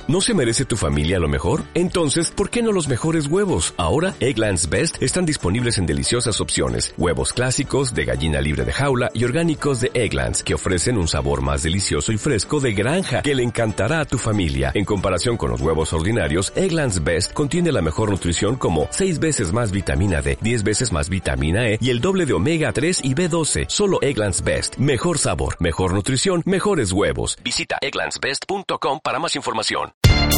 ¿No se merece tu familia lo mejor? Entonces, ¿por qué no los mejores huevos? Ahora, Eggland's Best están disponibles en deliciosas opciones. Huevos clásicos, de gallina libre de jaula y orgánicos de Eggland's, que ofrecen un sabor más delicioso y fresco de granja que le encantará a tu familia. En comparación con los huevos ordinarios, Eggland's Best contiene la mejor nutrición como 6 veces más vitamina D, 10 veces más vitamina E y el doble de omega 3 y B12. Solo Eggland's Best. Mejor sabor, mejor nutrición, mejores huevos. Visita egglandsbest.com para más información.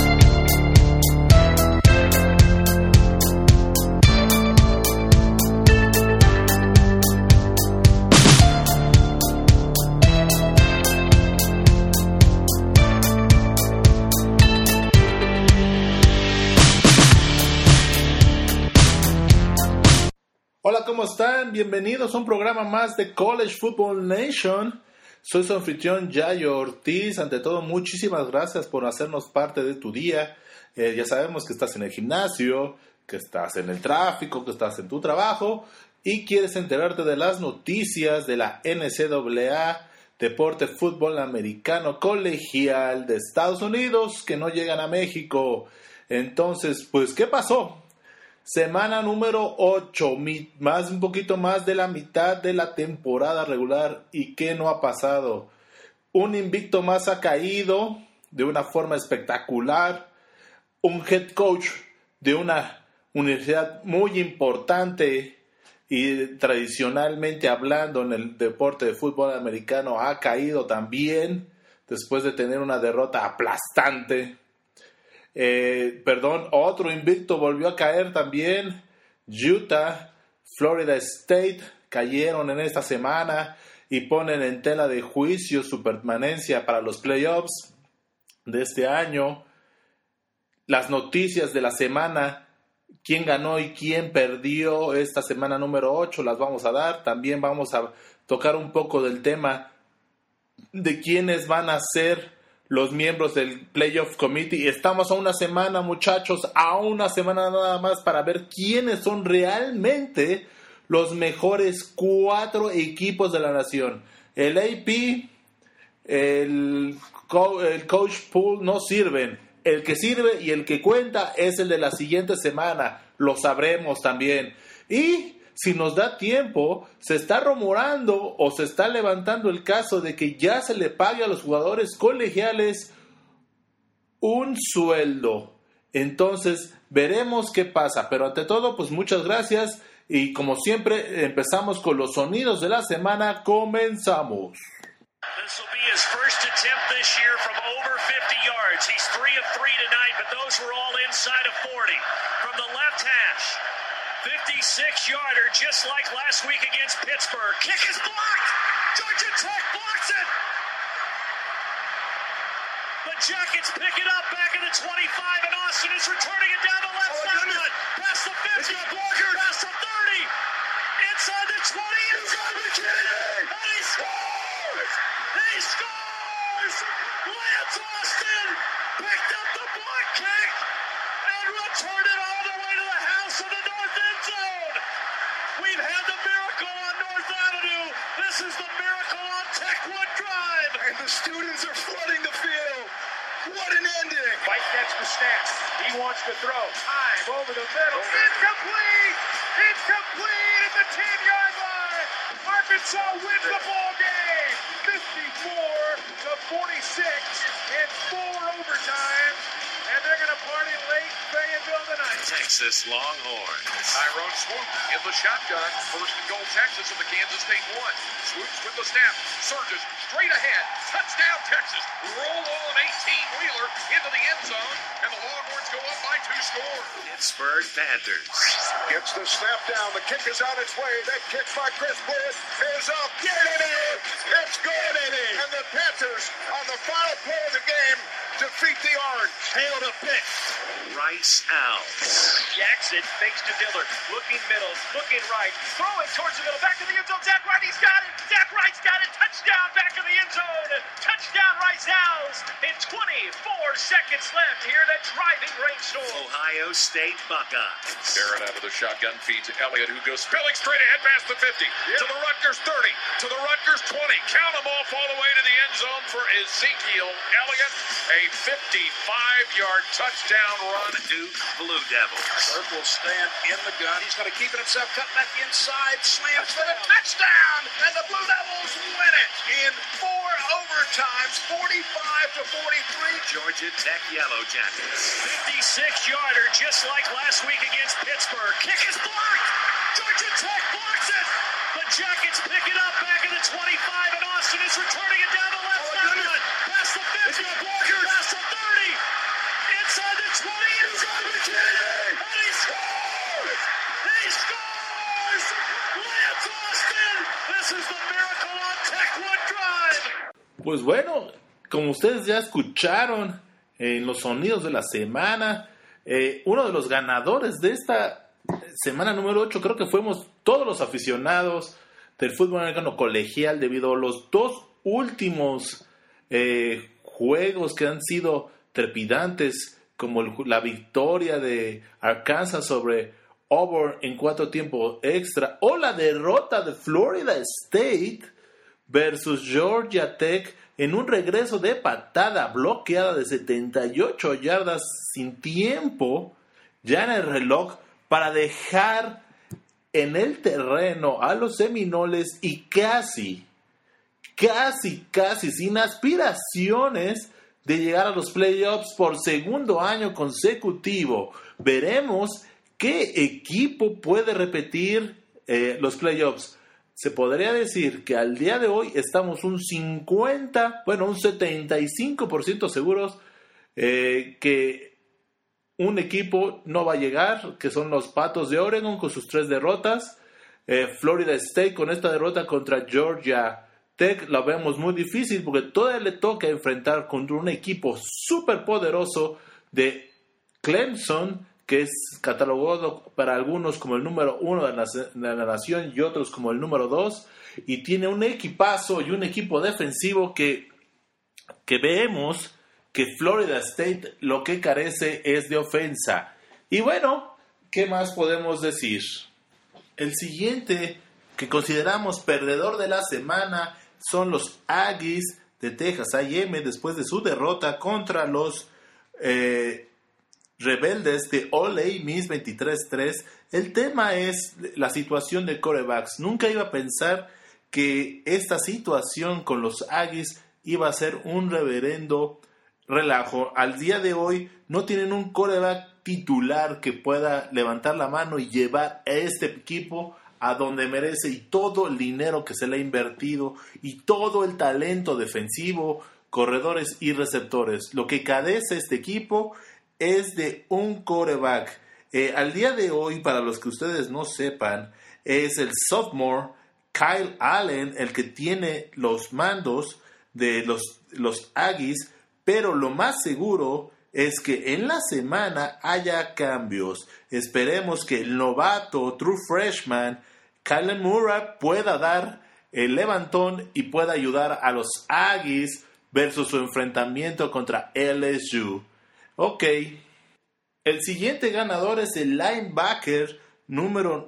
Hola, ¿cómo están? Bienvenidos a un programa más de College Football Nation. Soy su anfitrión Yayo Ortiz. Ante todo, muchísimas gracias por hacernos parte de tu día. Ya sabemos que estás en el gimnasio, que estás en el tráfico, que estás en tu trabajo y quieres enterarte de las noticias de la NCAA, Deporte Fútbol Americano Colegial de Estados Unidos, que no llegan a México. Entonces, pues, ¿qué pasó? Semana número 8, un poquito más de la mitad de la temporada regular. ¿Y qué no ha pasado? Un invicto más ha caído de una forma espectacular. Un head coach de una universidad muy importante y tradicionalmente hablando en el deporte de fútbol americano ha caído también después de tener una derrota aplastante. Otro invicto volvió a caer también. Utah, Florida State cayeron en esta semana y ponen en tela de juicio su permanencia para los playoffs de este año. Las noticias de la semana, quién ganó y quién perdió esta semana número 8, las vamos a dar. También vamos a tocar un poco del tema de quiénes van a ser los miembros del Playoff Committee. Estamos a una semana, muchachos, a una semana nada más para ver quiénes son realmente los mejores 4 equipos de la nación. El AP, el Coach Pool no sirven. El que sirve y el que cuenta es el de la siguiente semana. Lo sabremos también. Y si nos da tiempo, se está rumorando o se está levantando el caso de que ya se le pague a los jugadores colegiales un sueldo. Entonces, veremos qué pasa. Pero ante todo, pues muchas gracias. Y como siempre, empezamos con los sonidos de la semana. Comenzamos. This will be his first attempt this year from over 50 yards. He's 3 of 3 tonight, but those were all inside of 40. From the left hash. 56-yarder, just like last week against Pittsburgh. Kick is blocked! Georgia Tech blocks it! The Jackets pick it up back at the 25, and Austin is returning it down the left sideline. Past the 50, past the 30, inside the 20, inside the 10, and he scores! He scores! Lance Austin picked up the block kick and returned it all the way to the house of the North End zone. We've had the miracle on North Avenue. This is the miracle on Techwood Drive. And the students are flooding the field. What an ending. White gets the snap. He wants to throw. Time over the middle. Incomplete. Incomplete at the 10-yard line. Arkansas wins the ball game. 54-46 in 4 overtimes. And they're going to party late in Fayetteville tonight. Texas Longhorns. Tyrone Swoop in the shotgun. First and goal Texas at the Kansas State 1. Swoops with the snap. Surges straight ahead. Touchdown Texas. Roll on 18-wheeler into the end zone. And the Longhorns go up by 2 scores. Pittsburgh Panthers. Gets the snap down. The kick is on its way. That kick by Chris Bullitt is up. Get it in. It's good. And the Panthers on the final play of the game defeat the Orange. Hail to pick. Rice Owls. Jackson fakes to Dillard. Looking middle. Looking right. Throwing towards the middle. Back to the end zone. Zach Wright, he's got it. Zach Wright's got it. Touchdown back in the end zone. Touchdown Rice Owls. In 24 seconds left here in a driving rainstorm. Ohio State Buckeyes. Barrett out of the shotgun feed to Elliott, who goes spilling straight ahead past the 50. To the Rutgers 30. To the Rutgers 20. Count them off all the way to the end zone for Ezekiel Elliott. A 55-yard touchdown run. Duke Blue Devils. Burke will stand in the gun. He's going to keep it himself. Cut back inside. Slams for the touchdown. And the Blue Devils win it in 4 overtimes, 45-43. Georgia Tech Yellow Jackets. 56-yarder, just like last week against Pittsburgh. Kick is blocked. Georgia Tech blocks it. The Jackets pick it up back at the 25, and Austin is returning it down the left sideline. Past the 50, past the 30, inside the 20, inside the 10, and he scores! He scores! Lance Austin! This is the Miracle on Techwood Drive! Pues bueno, como ustedes ya escucharon en los sonidos de la semana, uno de los ganadores de esta semana número 8, creo que fuimos todos los aficionados del fútbol americano colegial, debido a los dos últimos juegos que han sido trepidantes, como la victoria de Arkansas sobre Auburn en 4 tiempos extra, o la derrota de Florida State versus Georgia Tech en un regreso de patada bloqueada de 78 yardas sin tiempo ya en el reloj, para dejar en el terreno a los Seminoles y casi sin aspiraciones de llegar a los playoffs por segundo año consecutivo. Veremos qué equipo puede repetir los playoffs. Se podría decir que al día de hoy estamos un 75% seguros que un equipo no va a llegar, que son los Patos de Oregon con sus 3 derrotas. Florida State con esta derrota contra Georgia Tech la vemos muy difícil, porque todavía le toca enfrentar contra un equipo súper poderoso de Clemson, que es catalogado para algunos como el número 1 de la nación y otros como el número 2, y tiene un equipazo y un equipo defensivo que vemos que Florida State lo que carece es de ofensa. Y bueno, ¿qué más podemos decir? El siguiente que consideramos perdedor de la semana son los Aggies de Texas A&M, después de su derrota contra los Rebeldes de Ole Miss 23-3. El tema es la situación de quarterbacks. Nunca iba a pensar que esta situación con los Aggies iba a ser un reverendo relajo. Al día de hoy no tienen un quarterback titular que pueda levantar la mano y llevar a este equipo a donde merece, y todo el dinero que se le ha invertido y todo el talento defensivo, corredores y receptores. Lo que carece este equipo es de un quarterback. Al día de hoy, para los que ustedes no sepan, es el sophomore Kyle Allen el que tiene los mandos de los Aggies, pero lo más seguro es que en la semana haya cambios. Esperemos que el novato, true freshman, Kyler Murray pueda dar el levantón y pueda ayudar a los Aggies versus su enfrentamiento contra LSU. Ok. El siguiente ganador es el linebacker número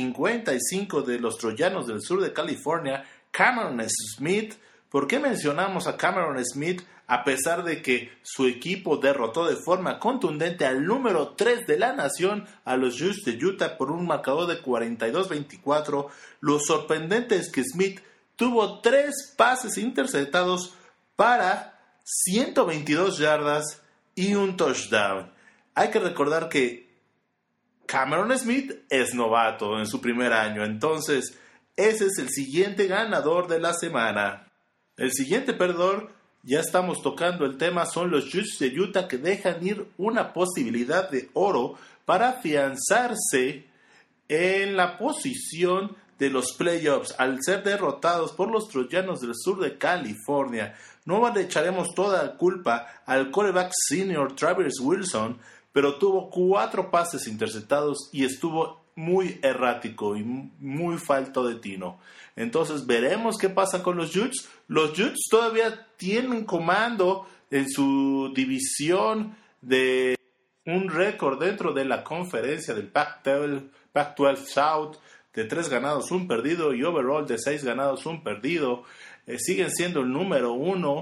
55 de los Troyanos del sur de California, Cameron Smith. ¿Por qué mencionamos a Cameron Smith? A pesar de que su equipo derrotó de forma contundente al número 3 de la nación, a los Utes de Utah, por un marcador de 42-24, lo sorprendente es que Smith tuvo 3 pases interceptados para 122 yardas y un touchdown. Hay que recordar que Cameron Smith es novato en su primer año, entonces ese es el siguiente ganador de la semana. El siguiente perdedor, ya estamos tocando el tema, son los Utes de Utah, que dejan ir una posibilidad de oro para afianzarse en la posición de los playoffs al ser derrotados por los Troyanos del sur de California. No le echaremos toda la culpa al quarterback senior Travis Wilson, pero tuvo 4 pases interceptados y estuvo muy errático y muy falto de tino. Entonces veremos qué pasa con los Utes. Los Utes todavía tienen comando en su división de un récord dentro de la conferencia del Pac-12 South de 3 ganados, 1 perdido, y overall de 6 ganados, 1 perdido. Siguen siendo el número 1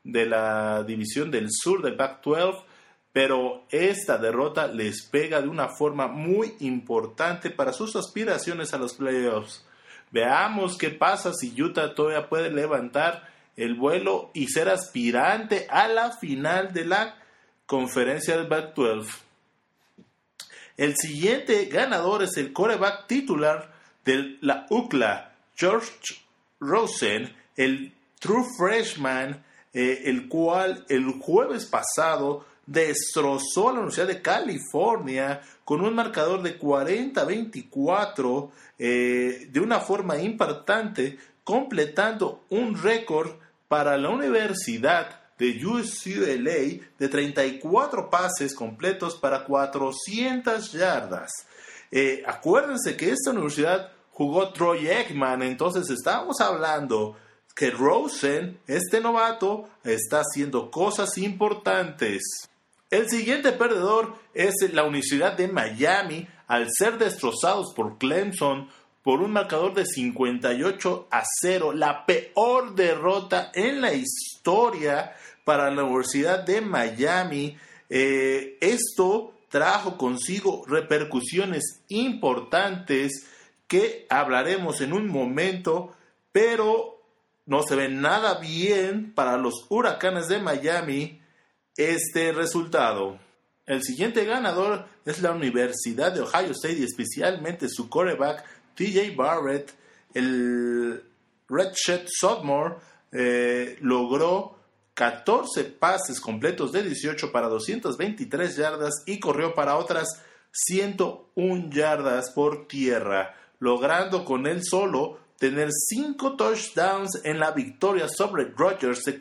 de la división del sur del Pac-12, pero esta derrota les pega de una forma muy importante para sus aspiraciones a los playoffs. Veamos qué pasa si Utah todavía puede levantar el vuelo y ser aspirante a la final de la conferencia del Pac-12. El siguiente ganador es el quarterback titular de la UCLA, George Rosen, el true freshman, el cual el jueves pasado destrozó a la Universidad de California con un marcador de 40-24 de una forma impactante, completando un récord para la Universidad de UCLA de 34 pases completos para 400 yardas. Acuérdense que esta universidad jugó Troy Aikman, entonces estábamos hablando que Rosen, este novato, está haciendo cosas importantes. El siguiente perdedor es la Universidad de Miami, al ser destrozados por Clemson por un marcador de 58-0, la peor derrota en la historia para la Universidad de Miami. Esto trajo consigo repercusiones importantes que hablaremos en un momento, pero no se ve nada bien para los Huracanes de Miami este resultado. El siguiente ganador es la Universidad de Ohio State y especialmente su quarterback TJ Barrett. El redshirt sophomore logró 14 pases completos de 18 para 223 yardas y corrió para otras 101 yardas por tierra, logrando con él solo tener 5 touchdowns en la victoria sobre Rutgers de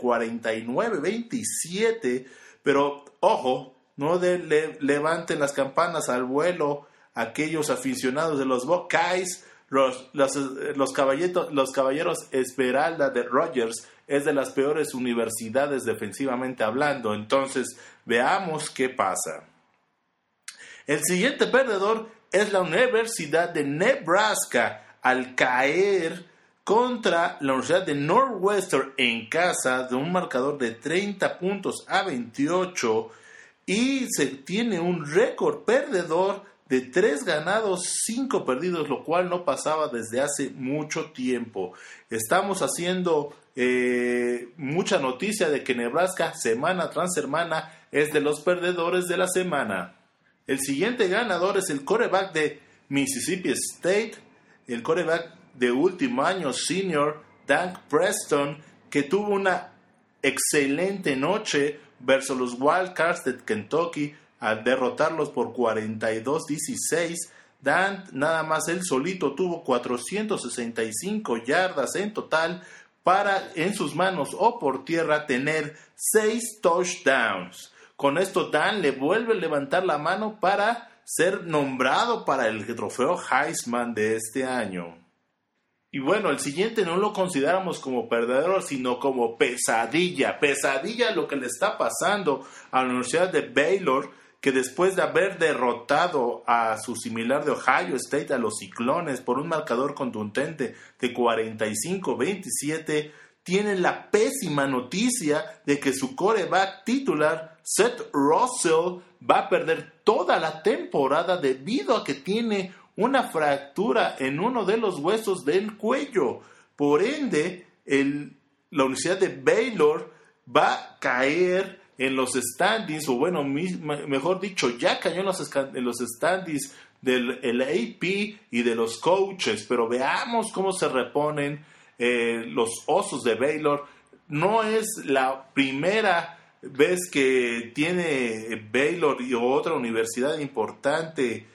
49-27. Pero ojo, no levanten las campanas al vuelo aquellos aficionados de los Buckeyes. Los Caballeros Esmeralda de Rutgers es de las peores universidades defensivamente hablando. Entonces, veamos qué pasa. El siguiente perdedor es la Universidad de Nebraska, al caer contra la Universidad de Northwestern en casa de un marcador de 30-28, y se tiene un récord perdedor de 3 ganados, 5 perdidos, lo cual no pasaba desde hace mucho tiempo. Estamos haciendo mucha noticia de que Nebraska, semana tras semana, es de los perdedores de la semana. El siguiente ganador es el quarterback de Mississippi State, el quarterback de último año senior, Dak Preston, que tuvo una excelente noche versus los Wildcats de Kentucky al derrotarlos por 42-16. Dan, nada más él solito, tuvo 465 yardas en total para en sus manos o por tierra tener 6 touchdowns. Con esto Dan le vuelve a levantar la mano para ser nombrado para el trofeo Heisman de este año. Y bueno, el siguiente no lo consideramos como perdedor, sino como pesadilla. Pesadilla lo que le está pasando a la Universidad de Baylor, que después de haber derrotado a su similar de Ohio State, a los Ciclones, por un marcador contundente de 45-27, tiene la pésima noticia de que su quarterback titular, Seth Russell, va a perder toda la temporada debido a que tiene una fractura en uno de los huesos del cuello. Por ende, la Universidad de Baylor va a caer en los standings, o bueno, mejor dicho, ya cayó en los standings del AP y de los coaches. Pero veamos cómo se reponen los Osos de Baylor. No es la primera vez que tiene Baylor y otra universidad importante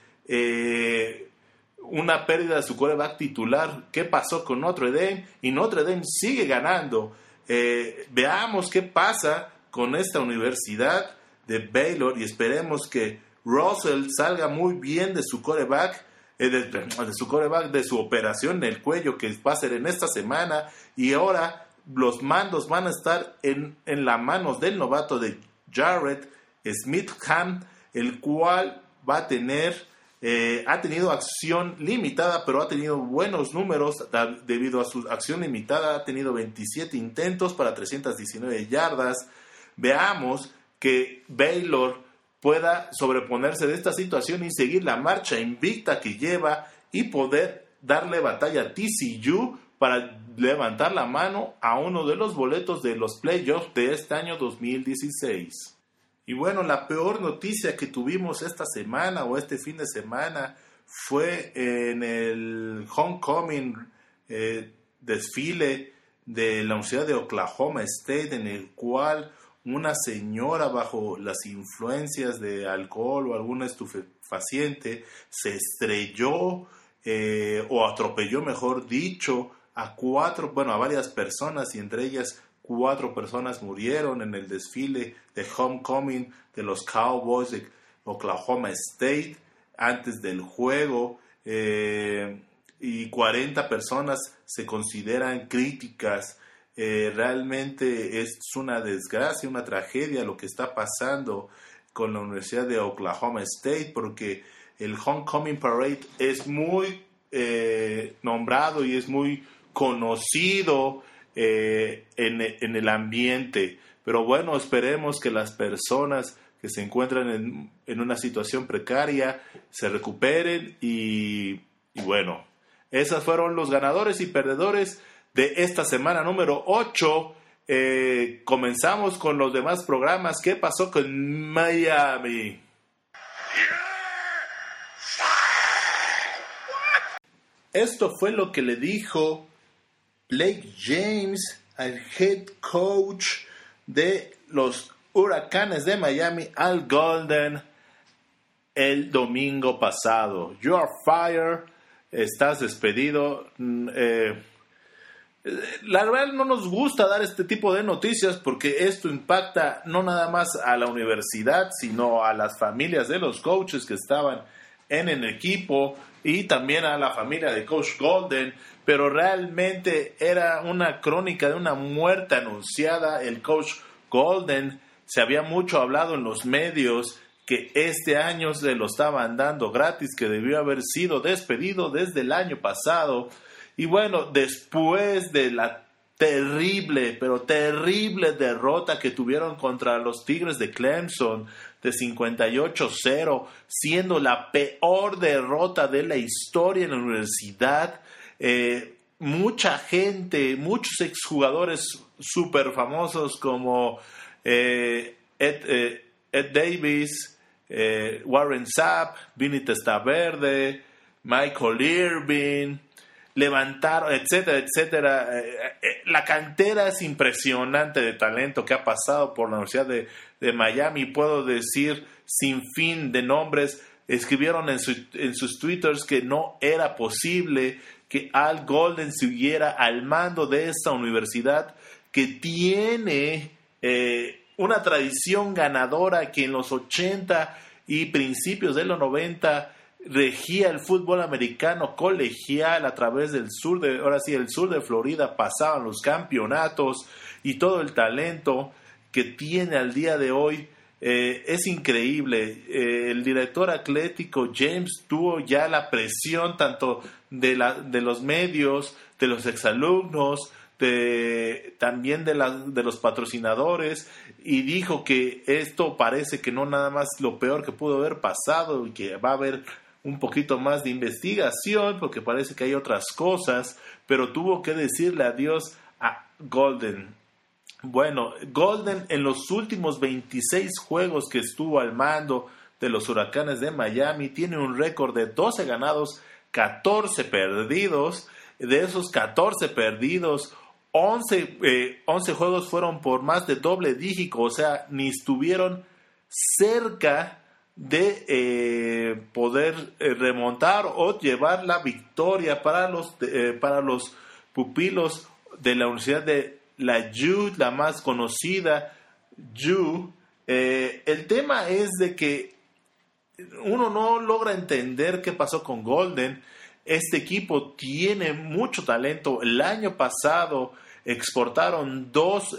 una pérdida de su quarterback titular. ¿Qué pasó con Notre Dame? Y Notre Dame sigue ganando. Veamos qué pasa con esta universidad de Baylor y esperemos que Russell salga muy bien de su quarterback, de su operación en el cuello que va a ser en esta semana. Y ahora los mandos van a estar en las manos del novato de Jared Smitham, el cual va a tener ha tenido acción limitada, pero ha tenido buenos números debido a su acción limitada. Ha tenido 27 intentos para 319 yardas. Veamos que Baylor pueda sobreponerse de esta situación y seguir la marcha invicta que lleva y poder darle batalla a TCU para levantar la mano a uno de los boletos de los playoffs de este año 2016. Y bueno, la peor noticia que tuvimos esta semana o este fin de semana fue en el homecoming desfile de la Universidad de Oklahoma State, en el cual una señora bajo las influencias de alcohol o algún estupefaciente se estrelló o atropelló, mejor dicho, a varias personas, y entre ellas 4 personas murieron en el desfile de homecoming de los Cowboys de Oklahoma State antes del juego, y 40 personas se consideran críticas. Realmente es una desgracia, una tragedia lo que está pasando con la Universidad de Oklahoma State, porque el Homecoming Parade es muy nombrado y es muy conocido en el ambiente. Pero bueno, esperemos que las personas que se encuentran en una situación precaria se recuperen y bueno, esos fueron los ganadores y perdedores de esta semana número 8. Comenzamos con los demás programas. ¿Qué pasó con Miami? Esto fue lo que le dijo Blake James, al head coach de los Huracanes de Miami, Al Golden, el domingo pasado. You are fired. Estás despedido. La verdad no nos gusta dar este tipo de noticias porque esto impacta no nada más a la universidad, sino a las familias de los coaches que estaban en el equipo y también a la familia de Coach Golden, pero realmente era una crónica de una muerte anunciada. El Coach Golden, se había mucho hablado en los medios que este año se lo estaban dando gratis, que debió haber sido despedido desde el año pasado. Y bueno, después de la terrible, pero terrible derrota que tuvieron contra los Tigres de Clemson de 58-0, siendo la peor derrota de la historia en la universidad, mucha gente, muchos exjugadores súper famosos como Ed Davis, Warren Sapp, Vinny Testaverde, Michael Irvin, levantaron, etcétera, etcétera. La cantera es impresionante de talento que ha pasado por la Universidad de Miami. Puedo decir sin fin de nombres. Escribieron en sus twitters que no era posible que Al Golden siguiera al mando de esta universidad que tiene una tradición ganadora, que en los 80 y principios de los 90 regía el fútbol americano colegial a través del sur el sur de Florida, pasaban los campeonatos y todo el talento que tiene al día de hoy es increíble. El director atlético James tuvo ya la presión tanto de los medios, de los exalumnos, también de los patrocinadores, y dijo que esto parece que no nada más lo peor que pudo haber pasado y que va a haber un poquito más de investigación porque parece que hay otras cosas, pero tuvo que decirle adiós a Golden. Bueno, Golden en los últimos 26 juegos que estuvo al mando de los Huracanes de Miami tiene un récord de 12 ganados, 14 perdidos. De esos 14 perdidos, 11 juegos fueron por más de doble dígito, o sea, ni estuvieron cerca de poder remontar o llevar la victoria para los pupilos de la Universidad de la U, la más conocida U. El tema es de que uno no logra entender qué pasó con Golden. Este equipo tiene mucho talento. El año pasado exportaron 2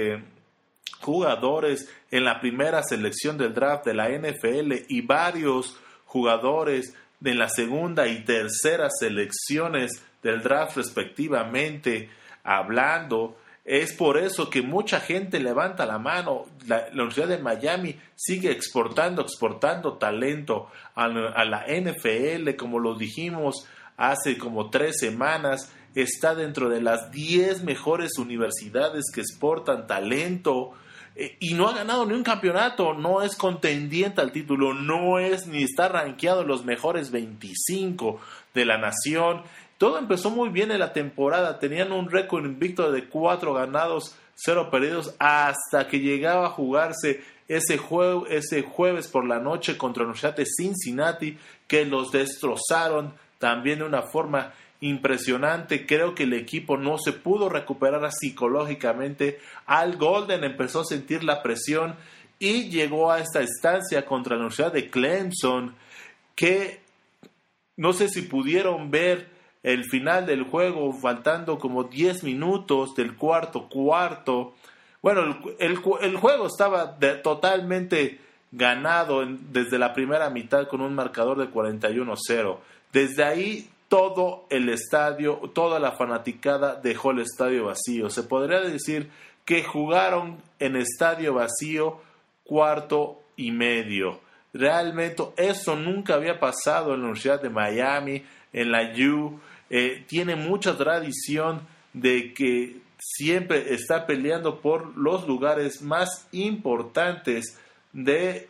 jugadores en la primera selección del draft de la NFL y varios jugadores de la segunda y tercera selecciones del draft respectivamente hablando. Es por eso que mucha gente levanta la mano. La Universidad de Miami sigue exportando talento a la NFL, como lo dijimos hace como 3 semanas. Está dentro de las 10 mejores universidades que exportan talento. Y no ha ganado ni un campeonato, no es contendiente al título, no es ni está rankeado en los mejores 25 de la nación. Todo empezó muy bien en la temporada, tenían un récord invicto de 4 ganados, 0 perdidos, hasta que llegaba a jugarse ese jueves por la noche contra la Universidad de Cincinnati, que los destrozaron también de una forma impresionante. Creo que el equipo no se pudo recuperar psicológicamente. Al Golden empezó a sentir la presión y llegó a esta instancia contra la Universidad de Clemson, que no sé si pudieron ver el final del juego, faltando como 10 minutos del cuarto. Bueno, el juego estaba totalmente ganado desde la primera mitad con un marcador de 41-0. Desde ahí todo el estadio, toda la fanaticada dejó el estadio vacío. Se podría decir que jugaron en estadio vacío cuarto y medio. Realmente eso nunca había pasado en la Universidad de Miami, en la U. Tiene mucha tradición de que siempre está peleando por los lugares más importantes de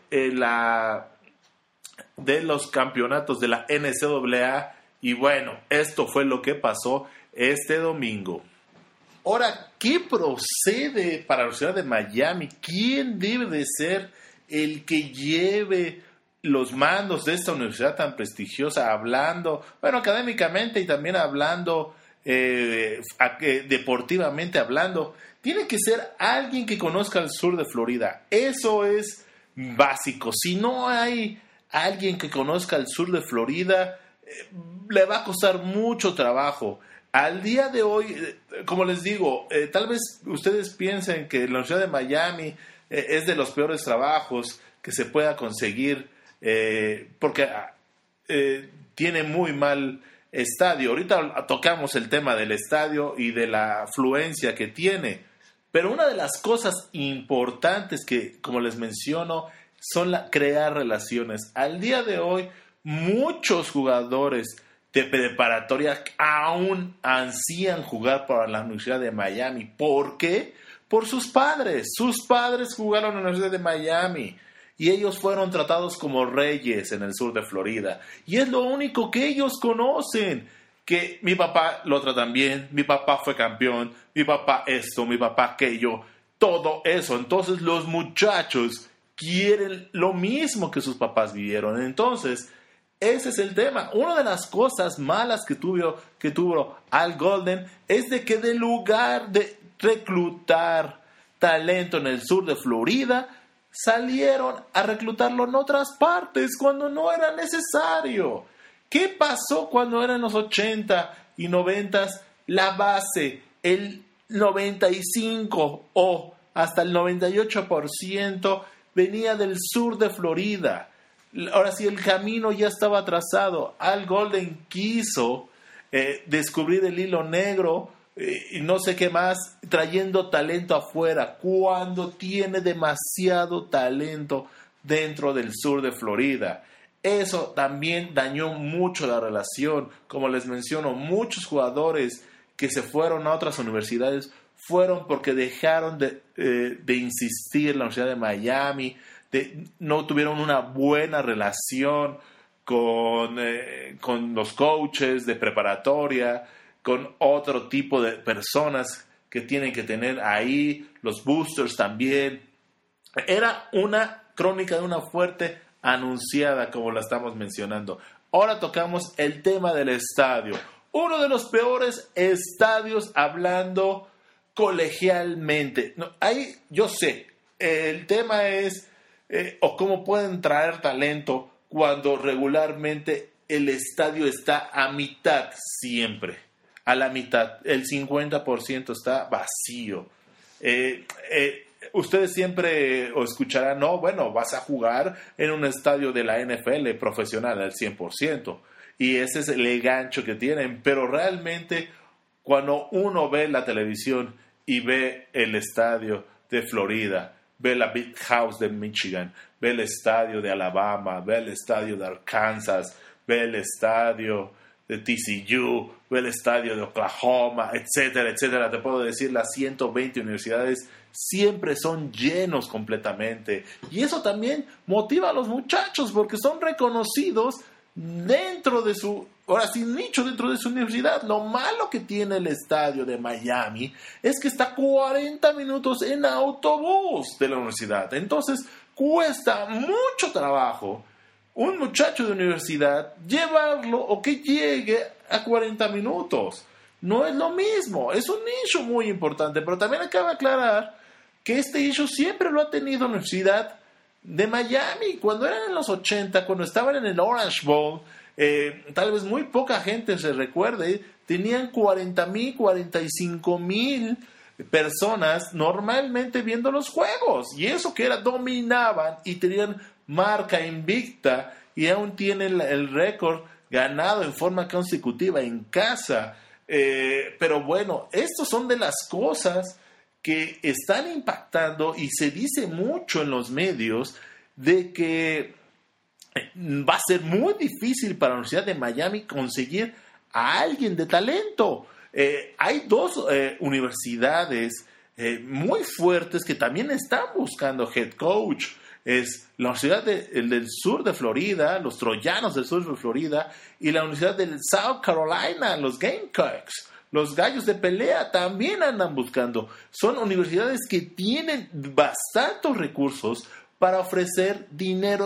los campeonatos de la NCAA. Y bueno, esto fue lo que pasó este domingo. Ahora, ¿qué procede para la Universidad de Miami? ¿Quién debe de ser el que lleve los mandos de esta universidad tan prestigiosa? Hablando, bueno, académicamente y también hablando, deportivamente hablando, tiene que ser alguien que conozca el sur de Florida. Eso es básico. Si no hay alguien que conozca el sur de Florida, le va a costar mucho trabajo. Al día de hoy, como les digo, tal vez ustedes piensen que la Universidad de Miami es de los peores trabajos que se pueda conseguir, porque tiene muy mal estadio. Ahorita tocamos el tema del estadio y de la afluencia que tiene, pero una de las cosas importantes que, como les menciono, son crear relaciones. Al día de hoy, muchos jugadores de preparatoria aún ansían jugar para la Universidad de Miami. ¿Por qué? Por sus padres. Sus padres jugaron en la Universidad de Miami y ellos fueron tratados como reyes en el sur de Florida. Y es lo único que ellos conocen. Que mi papá lo tratan bien, mi papá fue campeón, mi papá esto, mi papá aquello, todo eso. Entonces los muchachos quieren lo mismo que sus papás vivieron. Entonces, ese es el tema. Una de las cosas malas que tuvo Al Golden es de que en lugar de reclutar talento en el sur de Florida, salieron a reclutarlo en otras partes cuando no era necesario. ¿Qué pasó cuando eran los 80 y 90? La base, el 95 o hasta el 98% venía del sur de Florida. Ahora sí, el camino ya estaba trazado. Al Golden quiso descubrir el hilo negro y no sé qué más, trayendo talento afuera, cuando tiene demasiado talento dentro del sur de Florida. Eso también dañó mucho la relación. Como les menciono, muchos jugadores que se fueron a otras universidades fueron porque dejaron de insistir en la Universidad de Miami, no tuvieron una buena relación con los coaches de preparatoria, con otro tipo de personas que tienen que tener ahí, los boosters también. Era una crónica de una fuerte anunciada, como la estamos mencionando. Ahora tocamos el tema del estadio. Uno de los peores estadios hablando colegialmente. No, ahí yo sé, el tema es o cómo pueden traer talento cuando regularmente el estadio está a mitad siempre. A la mitad, el 50% está vacío. ustedes siempre escucharán, no, bueno, vas a jugar en un estadio de la NFL profesional al 100%. Y ese es el gancho que tienen. Pero realmente, cuando uno ve la televisión y ve el estadio de Florida, ve la Big House de Michigan, ve el estadio de Alabama, ve el estadio de Arkansas, ve el estadio de TCU, ve el estadio de Oklahoma, etcétera, etcétera. Te puedo decir, las 120 universidades siempre son llenos completamente. Y eso también motiva a los muchachos porque son reconocidos dentro de su, ahora sí, nicho dentro de su universidad. Lo malo que tiene el estadio de Miami es que está 40 minutos en autobús de la universidad. Entonces, cuesta mucho trabajo un muchacho de universidad llevarlo o que llegue a 40 minutos. No es lo mismo. Es un nicho muy importante, pero también acaba de aclarar que este nicho siempre lo ha tenido la Universidad de Miami. Cuando eran en los 80, cuando estaban en el Orange Bowl, tal vez muy poca gente se recuerde, tenían 40,000, 45,000 personas normalmente viendo los juegos. Y eso que dominaban y tenían marca invicta y aún tienen el récord ganado en forma consecutiva en casa. Pero bueno, estas son de las cosas que están impactando y se dice mucho en los medios de que va a ser muy difícil para la Universidad de Miami conseguir a alguien de talento. Hay dos universidades muy fuertes que también están buscando head coach. Es la Universidad del Sur de Florida, los Troyanos del Sur de Florida, y la Universidad del South Carolina, los Gamecocks. Los Gallos de Pelea también andan buscando. Son universidades que tienen bastantes recursos para ofrecer dinero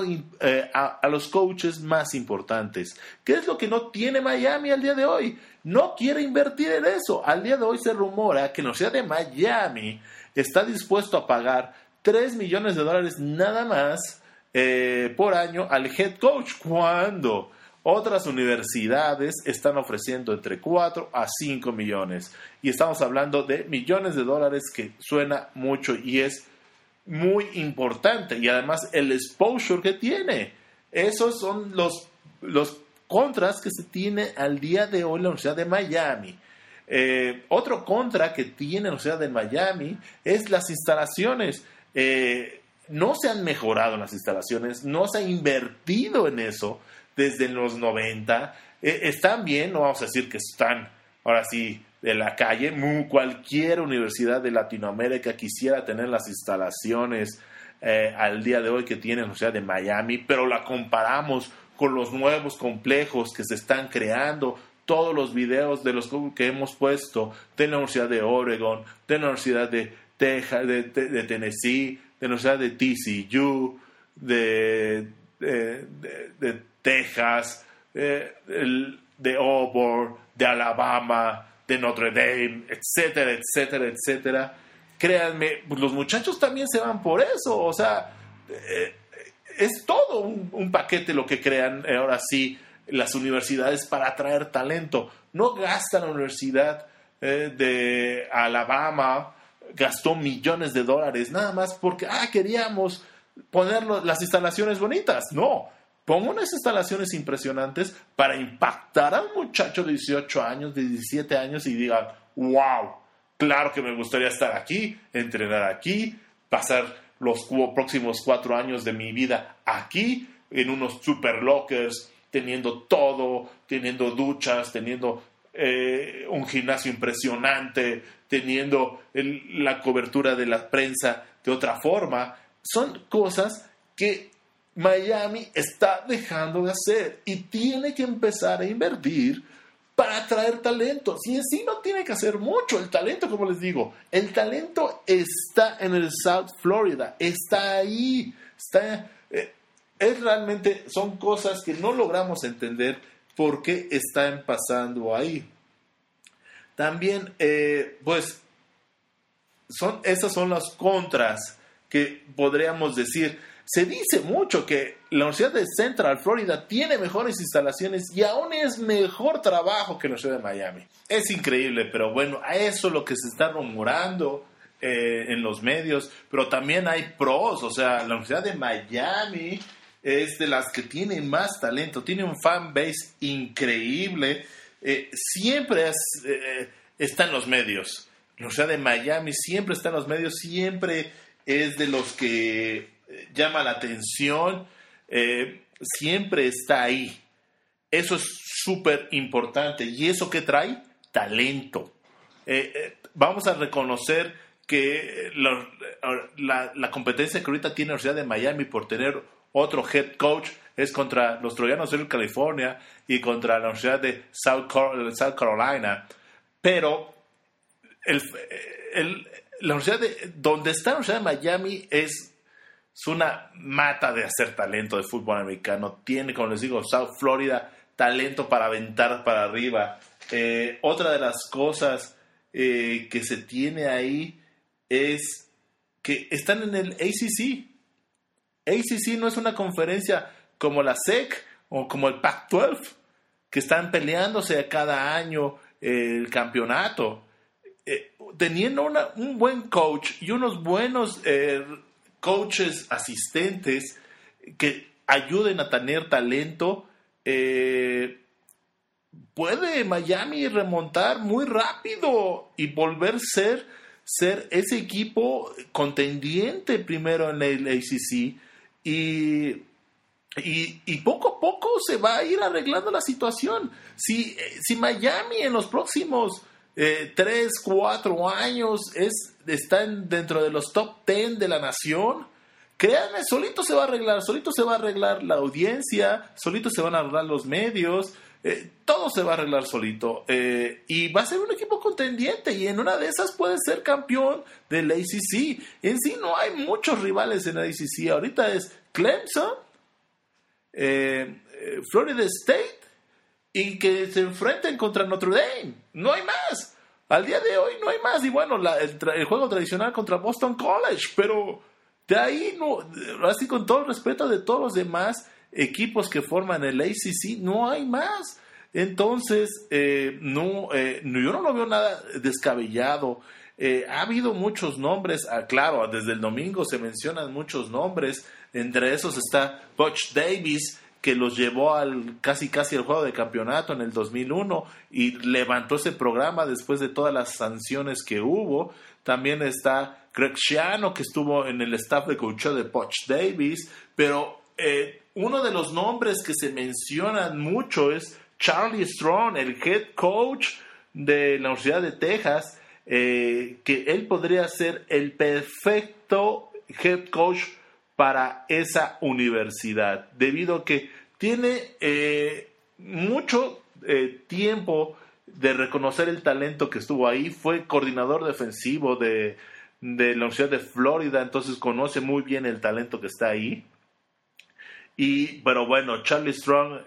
a los coaches más importantes. ¿Qué es lo que no tiene Miami al día de hoy? No quiere invertir en eso. Al día de hoy se rumora que la Universidad de Miami está dispuesto a pagar $3 millones nada más por año al head coach, cuando otras universidades están ofreciendo entre 4 a 5 millones. Y estamos hablando de millones de dólares, que suena mucho y es muy importante. Y además el exposure que tiene. Esos son los contras que se tiene al día de hoy la Universidad de Miami. Otro contra que tiene la Universidad de Miami es las instalaciones. No se han mejorado las instalaciones, no se ha invertido en eso desde los 90. Están bien, no vamos a decir que están ahora sí de la calle. Cualquier universidad de Latinoamérica quisiera tener las instalaciones al día de hoy que tiene la Universidad de Miami, pero la comparamos con los nuevos complejos que se están creando. Todos los videos de los que hemos puesto de la Universidad de Oregon, de la Universidad de Texas, de Tennessee, de la Universidad de TCU, de Texas, de Auburn, de Alabama, de Notre Dame, etcétera, etcétera, etcétera. Créanme, los muchachos también se van por eso. O sea, es todo un paquete lo que crean ahora sí las universidades para atraer talento. No gasta la Universidad de Alabama, gastó millones de dólares nada más porque queríamos poner las instalaciones bonitas. No, pongo unas instalaciones impresionantes para impactar a un muchacho de 18 años, de 17 años y digan, wow, claro que me gustaría estar aquí, entrenar aquí, pasar los próximos 4 años de mi vida aquí, en unos super lockers, teniendo todo, teniendo duchas, teniendo un gimnasio impresionante, teniendo la cobertura de la prensa de otra forma. Son cosas que Miami está dejando de hacer y tiene que empezar a invertir para atraer talento. Si en sí no tiene que hacer mucho, el talento, como les digo, el talento está en el South Florida, está ahí, es realmente, son cosas que no logramos entender por qué están pasando ahí. También, pues, esas son las contras que podríamos decir. Se dice mucho que la Universidad de Central Florida tiene mejores instalaciones y aún es mejor trabajo que la Universidad de Miami. Es increíble, pero bueno, a eso es lo que se está rumorando. en los medios, pero también hay pros. O sea, la Universidad de Miami es de las que tiene más talento, tiene un fan base increíble, siempre está en los medios. La Universidad de Miami siempre está en los medios, siempre es de los que llama la atención, siempre está ahí. Eso es súper importante. ¿Y eso qué trae? Talento. Vamos a reconocer que la competencia que ahorita tiene la Universidad de Miami por tener otro head coach es contra los Troyanos de California y contra la Universidad de South Carolina. Pero la universidad donde está la Universidad de Miami es una mata de hacer talento de fútbol americano. Tiene, como les digo, South Florida, talento para aventar para arriba. Otra de las cosas que se tiene ahí es que están en el ACC. ACC no es una conferencia como la SEC o como el Pac-12, que están peleándose cada año el campeonato. Teniendo un buen coach y unos buenos coaches asistentes que ayuden a tener talento, puede Miami remontar muy rápido y volver a ser ese equipo contendiente primero en el ACC y poco a poco se va a ir arreglando la situación. Si Miami en los próximos 3, 4 años están dentro de los top 10 de la nación, créanme, solito se va a arreglar la audiencia, solito se van a arreglar los medios, todo se va a arreglar solito, y va a ser un equipo contendiente, y en una de esas puede ser campeón del ACC. En sí no hay muchos rivales en el ACC, ahorita es Clemson, Florida State, y que se enfrenten contra Notre Dame. No hay más. Al día de hoy no hay más. Y bueno, el juego tradicional contra Boston College. Pero de ahí, no, así con todo el respeto de todos los demás equipos que forman el ACC, no hay más. Entonces, yo no lo veo nada descabellado. Ha habido muchos nombres. Claro, desde el domingo se mencionan muchos nombres. Entre esos está Butch Davis, que los llevó casi al juego de campeonato en el 2001 y levantó ese programa después de todas las sanciones que hubo. También está Greg Schiano, que estuvo en el staff de coaching de Butch Davis, pero uno de los nombres que se mencionan mucho es Charlie Strong, el head coach de la Universidad de Texas, que él podría ser el perfecto head coach para esa universidad, debido a que tiene mucho tiempo de reconocer el talento que estuvo ahí. Fue coordinador defensivo de la Universidad de Florida, entonces conoce muy bien el talento que está ahí. Pero bueno, Charlie Strong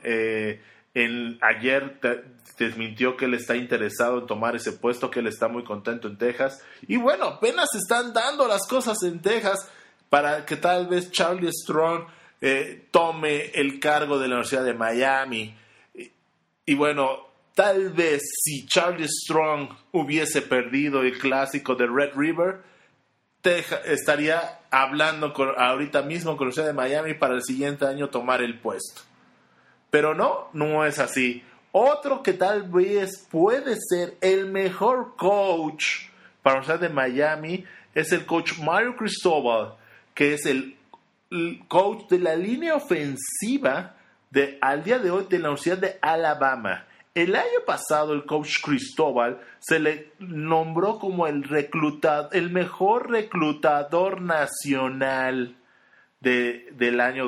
ayer desmintió que él está interesado en tomar ese puesto, que él está muy contento en Texas. Y bueno, apenas se están dando las cosas en Texas para que tal vez Charlie Strong tome el cargo de la Universidad de Miami. Y bueno, tal vez si Charlie Strong hubiese perdido el clásico de Red River, estaría hablando ahorita mismo con la Universidad de Miami para el siguiente año tomar el puesto. Pero no es así. Otro que tal vez puede ser el mejor coach para la Universidad de Miami es el coach Mario Cristobal, que es el coach de la línea ofensiva al día de hoy de la Universidad de Alabama. El año pasado el coach Cristobal se le nombró como el mejor reclutador nacional del año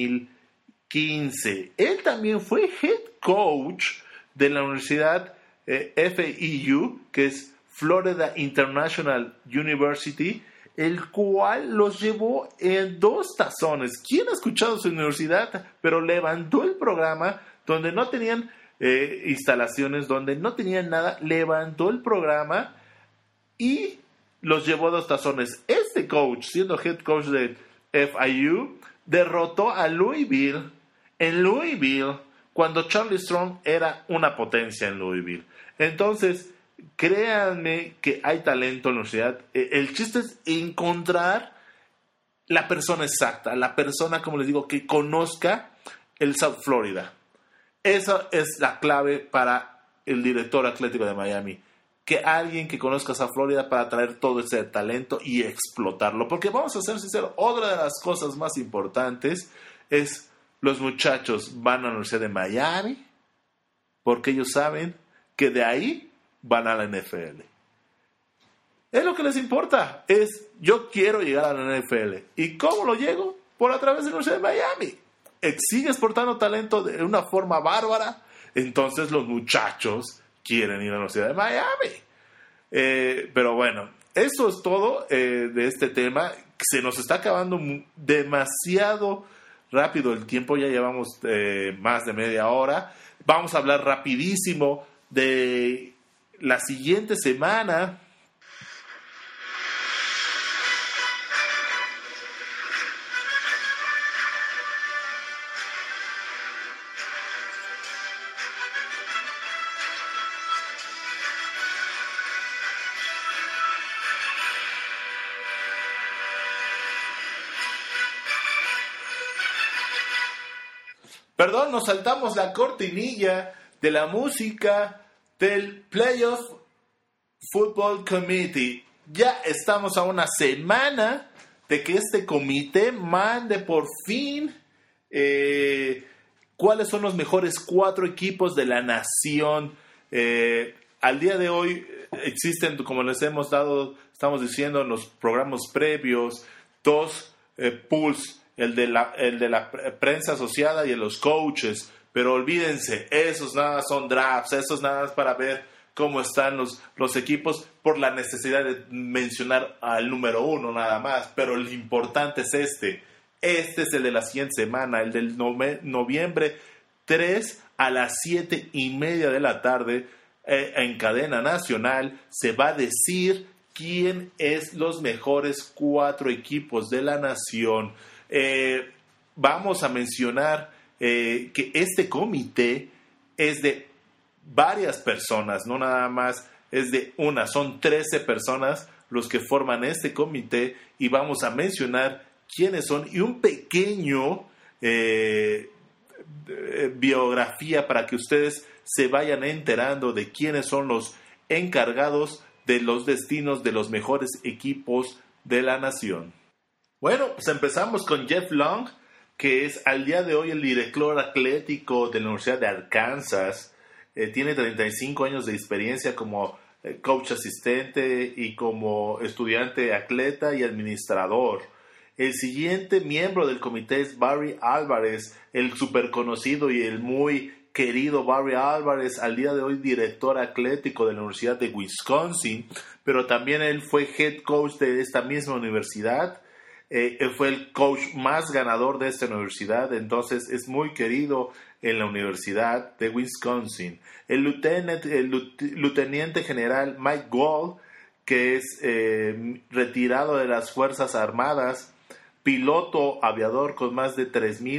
2015. Él también fue head coach de la Universidad FIU, que es Florida International University, el cual los llevó en 2 tazones. ¿Quién ha escuchado su universidad? Pero levantó el programa donde no tenían instalaciones, donde no tenían nada, levantó el programa y los llevó a 2 tazones. Este coach, siendo head coach de FIU, derrotó a Louisville en Louisville cuando Charlie Strong era una potencia en Louisville. Entonces, créanme que hay talento en la universidad. El chiste es encontrar la persona exacta, la persona, como les digo, que conozca el South Florida. Esa es la clave para el director atlético de Miami. Que alguien que conozca South Florida para traer todo ese talento y explotarlo. Porque vamos a ser sinceros, otra de las cosas más importantes es los muchachos van a la Universidad de Miami porque ellos saben que de ahí van a la NFL. Es lo que les importa. Es, yo quiero llegar a la NFL. ¿Y cómo lo llego? Por a través de la Universidad de Miami. Sigue exportando talento de una forma bárbara. Entonces los muchachos quieren ir a la Universidad de Miami. Pero bueno, eso es todo de este tema. Se nos está acabando demasiado rápido el tiempo. Ya llevamos más de media hora. Vamos a hablar rapidísimo de la siguiente semana. Perdón, nos saltamos la cortinilla de la música del Playoff Football Committee. Ya estamos a una semana de que este comité mande por fin cuáles son los mejores 4 equipos de la nación. Al día de hoy existen, como les estamos diciendo en los programas previos, 2 pools. El de la prensa asociada y de los coaches, pero olvídense, esos nada son drafts, esos nada es para ver cómo están los equipos por la necesidad de mencionar al número 1 nada más, pero lo importante es este es el de la siguiente semana, el del noviembre 3 a las 7:30 de la tarde en cadena nacional se va a decir quién es los mejores 4 equipos de la nación. Vamos a mencionar que este comité es de varias personas, no nada más es de una, son 13 personas los que forman este comité y vamos a mencionar quiénes son y un pequeño biografía para que ustedes se vayan enterando de quiénes son los encargados de los destinos de los mejores equipos de la nación. Bueno, pues empezamos con Jeff Long, que es al día de hoy el director atlético de la Universidad de Arkansas. Tiene 35 años de experiencia como coach asistente y como estudiante atleta y administrador. El siguiente miembro del comité es Barry Álvarez, el súper conocido y el muy querido Barry Álvarez, al día de hoy director atlético de la Universidad de Wisconsin, pero también él fue head coach de esta misma universidad. Él fue el coach más ganador de esta universidad, entonces es muy querido en la Universidad de Wisconsin. El lieutenant general Mike Gold, que es retirado de las Fuerzas Armadas, piloto aviador con más de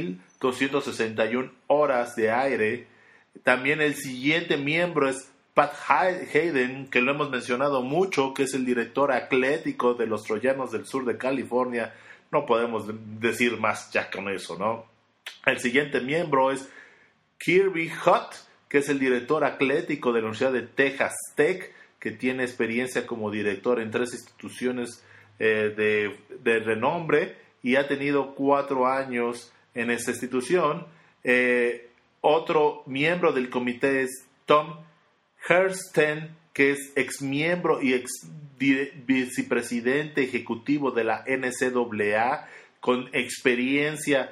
3,261 horas de aire. También el siguiente miembro es Pat Hayden, que lo hemos mencionado mucho, que es el director atlético de los Troyanos del sur de California. No podemos decir más ya con eso, ¿no? El siguiente miembro es Kirby Hutt, que es el director atlético de la Universidad de Texas Tech, que tiene experiencia como director en 3 instituciones de renombre y ha tenido 4 años en esta institución. Otro miembro del comité es Tom Hersten, que es ex miembro y ex vicepresidente ejecutivo de la NCAA, con experiencia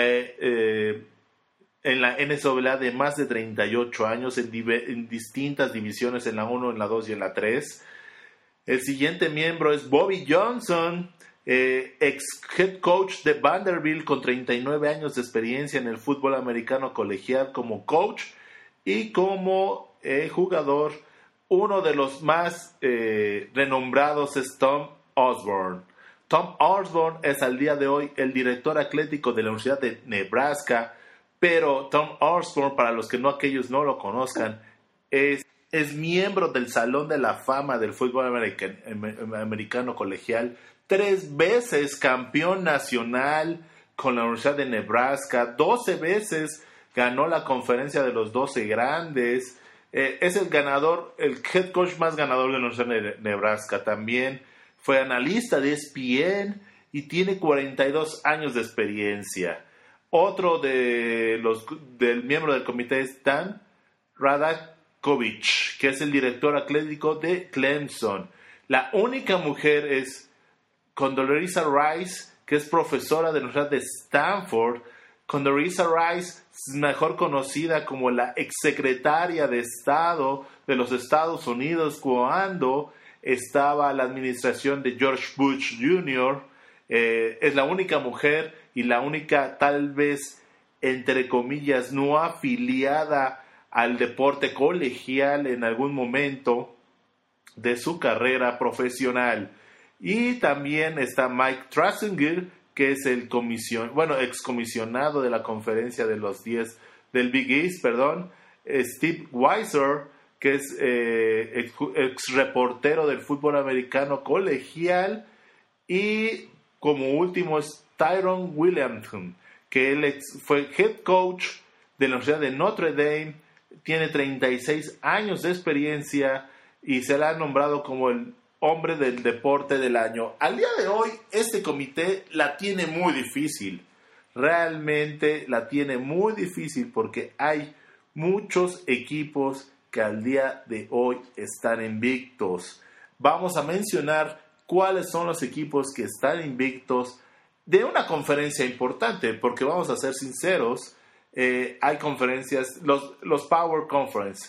en la NCAA de más de 38 años en distintas divisiones, en la 1, en la 2 y en la 3. El siguiente miembro es Bobby Johnson, ex head coach de Vanderbilt, con 39 años de experiencia en el fútbol americano colegial como coach y como jugador. Uno de los más renombrados es Tom Osborne. Tom Osborne es al día de hoy el director atlético de la Universidad de Nebraska, pero Tom Osborne, para los que aquellos no lo conozcan, es es miembro del Salón de la Fama del fútbol americano colegial, 3 veces campeón nacional con la Universidad de Nebraska, 12 veces ganó la conferencia de los 12 grandes, es el head coach más ganador de la Universidad de Nebraska también, fue analista de ESPN y tiene 42 años de experiencia. Otro del miembro del comité es Dan Radakovich, que es el director atlético de Clemson. La única mujer es Condoleezza Rice, que es profesora de la Universidad de Stanford. Condoleezza Rice es mejor conocida como la exsecretaria de Estado de los Estados Unidos cuando estaba la administración de George Bush Jr. Es la única mujer y la única, tal vez, entre comillas, no afiliada al deporte colegial en algún momento de su carrera profesional. Y también está Mike Trasinger, que es el excomisionado de la conferencia de los 10 del Big East, Steve Weiser, que es ex reportero del fútbol americano colegial, y como último es Tyrone Williamson, que él fue head coach de la Universidad de Notre Dame, tiene 36 años de experiencia y se le ha nombrado como el hombre del deporte del año. Al día de hoy, este comité la tiene muy difícil. Realmente la tiene muy difícil porque hay muchos equipos que al día de hoy están invictos. Vamos a mencionar cuáles son los equipos que están invictos de una conferencia importante, porque vamos a ser sinceros, hay conferencias, los Power Conference,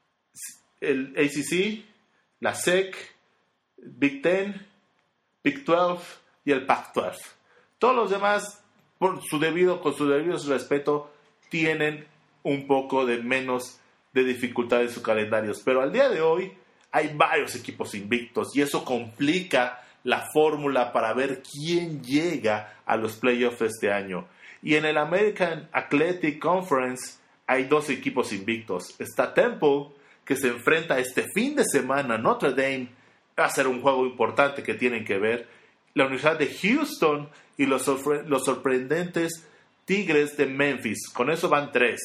el ACC, la SEC, Big Ten, Big 12 y el Pac-12. Todos los demás, con su debido respeto, tienen un poco de menos de dificultad en sus calendarios. Pero al día de hoy hay varios equipos invictos y eso complica la fórmula para ver quién llega a los playoffs este año. Y en el American Athletic Conference hay 2 equipos invictos. Está Temple, que se enfrenta este fin de semana a Notre Dame. Va a ser un juego importante que tienen que ver. La Universidad de Houston y los sorprendentes Tigres de Memphis. Con eso van 3.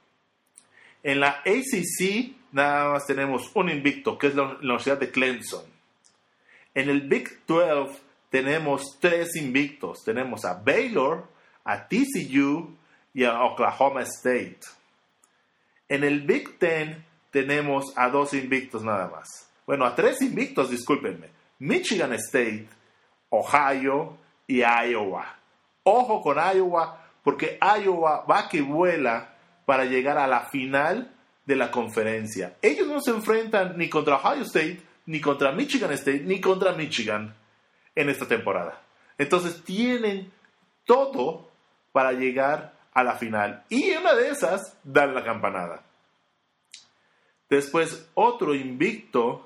En la ACC nada más tenemos un invicto, que es la Universidad de Clemson. En el Big 12 tenemos 3 invictos. Tenemos a Baylor, a TCU y a Oklahoma State. En el Big 10 tenemos a 2 invictos nada más. Bueno, a 3 invictos, discúlpenme. Michigan State, Ohio y Iowa. Ojo con Iowa, porque Iowa va que vuela para llegar a la final de la conferencia. Ellos no se enfrentan ni contra Ohio State, ni contra Michigan State, ni contra Michigan en esta temporada. Entonces tienen todo para llegar a la final. Y en una de esas, dan la campanada. Después, otro invicto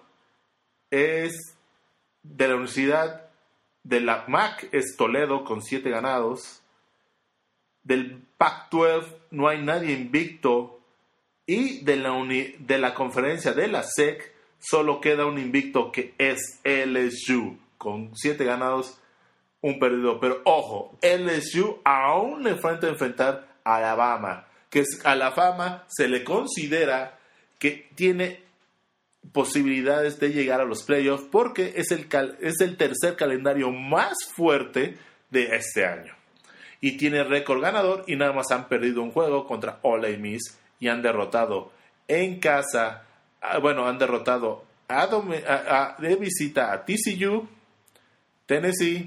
es de la Universidad de la MAC, es Toledo, con 7 ganados. Del Pac-12 no hay nadie invicto. Y de la conferencia de la SEC solo queda un invicto, que es LSU, con 7 ganados, 1 perdido. Pero ojo, LSU aún le falta enfrentar a Alabama, que a Alabama se le considera que tiene posibilidades de llegar a los playoffs porque es el tercer calendario más fuerte de este año. Y tiene récord ganador y nada más han perdido un juego contra Ole Miss y han derrotado en casa, han derrotado de visita a TCU, Tennessee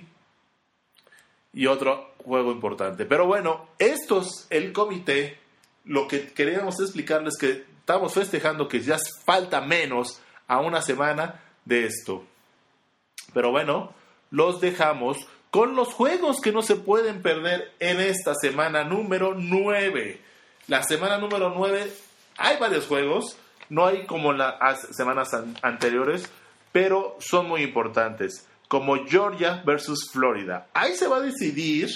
y otro juego importante. Pero bueno, esto es el comité. Lo que queríamos explicarles que estamos festejando que ya falta menos a una semana de esto. Pero bueno, los dejamos con los juegos que no se pueden perder en esta semana número 9. La semana número 9 hay varios juegos, no hay como las semanas anteriores, pero son muy importantes, como Georgia versus Florida. Ahí se va a decidir,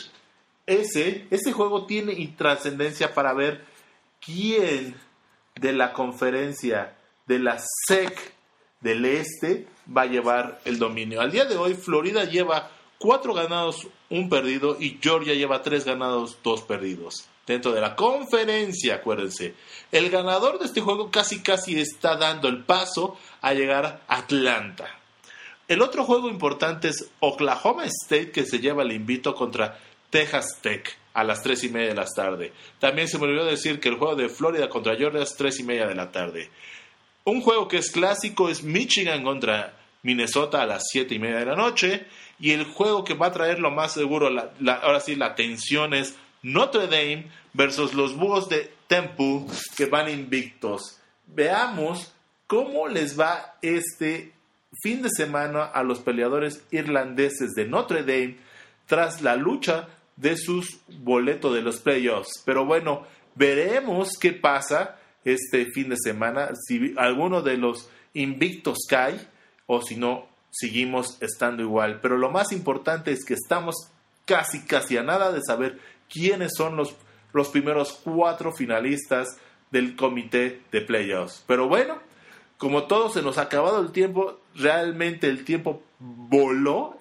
ese juego tiene trascendencia para ver quién de la conferencia de la SEC del Este va a llevar el dominio. Al día de hoy, Florida lleva 4 ganados, 1 perdido, y Georgia lleva 3 ganados, 2 perdidos. Dentro de la conferencia, acuérdense, el ganador de este juego casi está dando el paso a llegar a Atlanta. El otro juego importante es Oklahoma State, que se lleva el invicto contra Texas Tech a las 3:30 de la tarde. También se me olvidó decir que el juego de Florida contra Georgia es 3:30 de la tarde. Un juego que es clásico es Michigan contra Minnesota a las 7:30 de la noche. Y el juego que va a traer lo más seguro, ahora sí, la atención es Notre Dame versus los Búhos de Temple, que van invictos. Veamos cómo les va este fin de semana a los peleadores irlandeses de Notre Dame tras la lucha de sus boletos de los playoffs. Pero bueno, veremos qué pasa este fin de semana, si alguno de los invictos cae o si no, seguimos estando igual. Pero lo más importante es que estamos casi a nada de saber quiénes son los primeros 4 finalistas del comité de playoffs. Pero bueno, como todo se nos ha acabado el tiempo, realmente el tiempo voló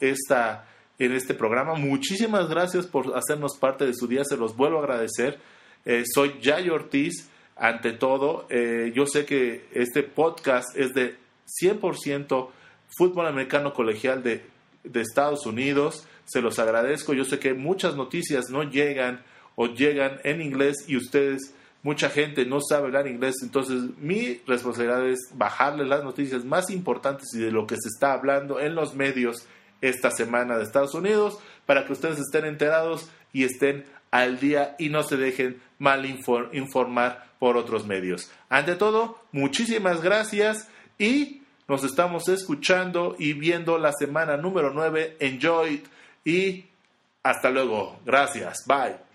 en este programa. Muchísimas gracias por hacernos parte de su día, se los vuelvo a agradecer. Soy Yayo Ortiz, ante todo. Yo sé que este podcast es de 100% fútbol americano colegial de Estados Unidos. Se los agradezco. Yo sé que muchas noticias no llegan o llegan en inglés y mucha gente no sabe hablar inglés. Entonces mi responsabilidad es bajarles las noticias más importantes y de lo que se está hablando en los medios esta semana de Estados Unidos, para que ustedes estén enterados y estén al día y no se dejen mal informar por otros medios. Ante todo, muchísimas gracias y nos estamos escuchando y viendo la semana número 9. Enjoy y hasta luego. Gracias. Bye.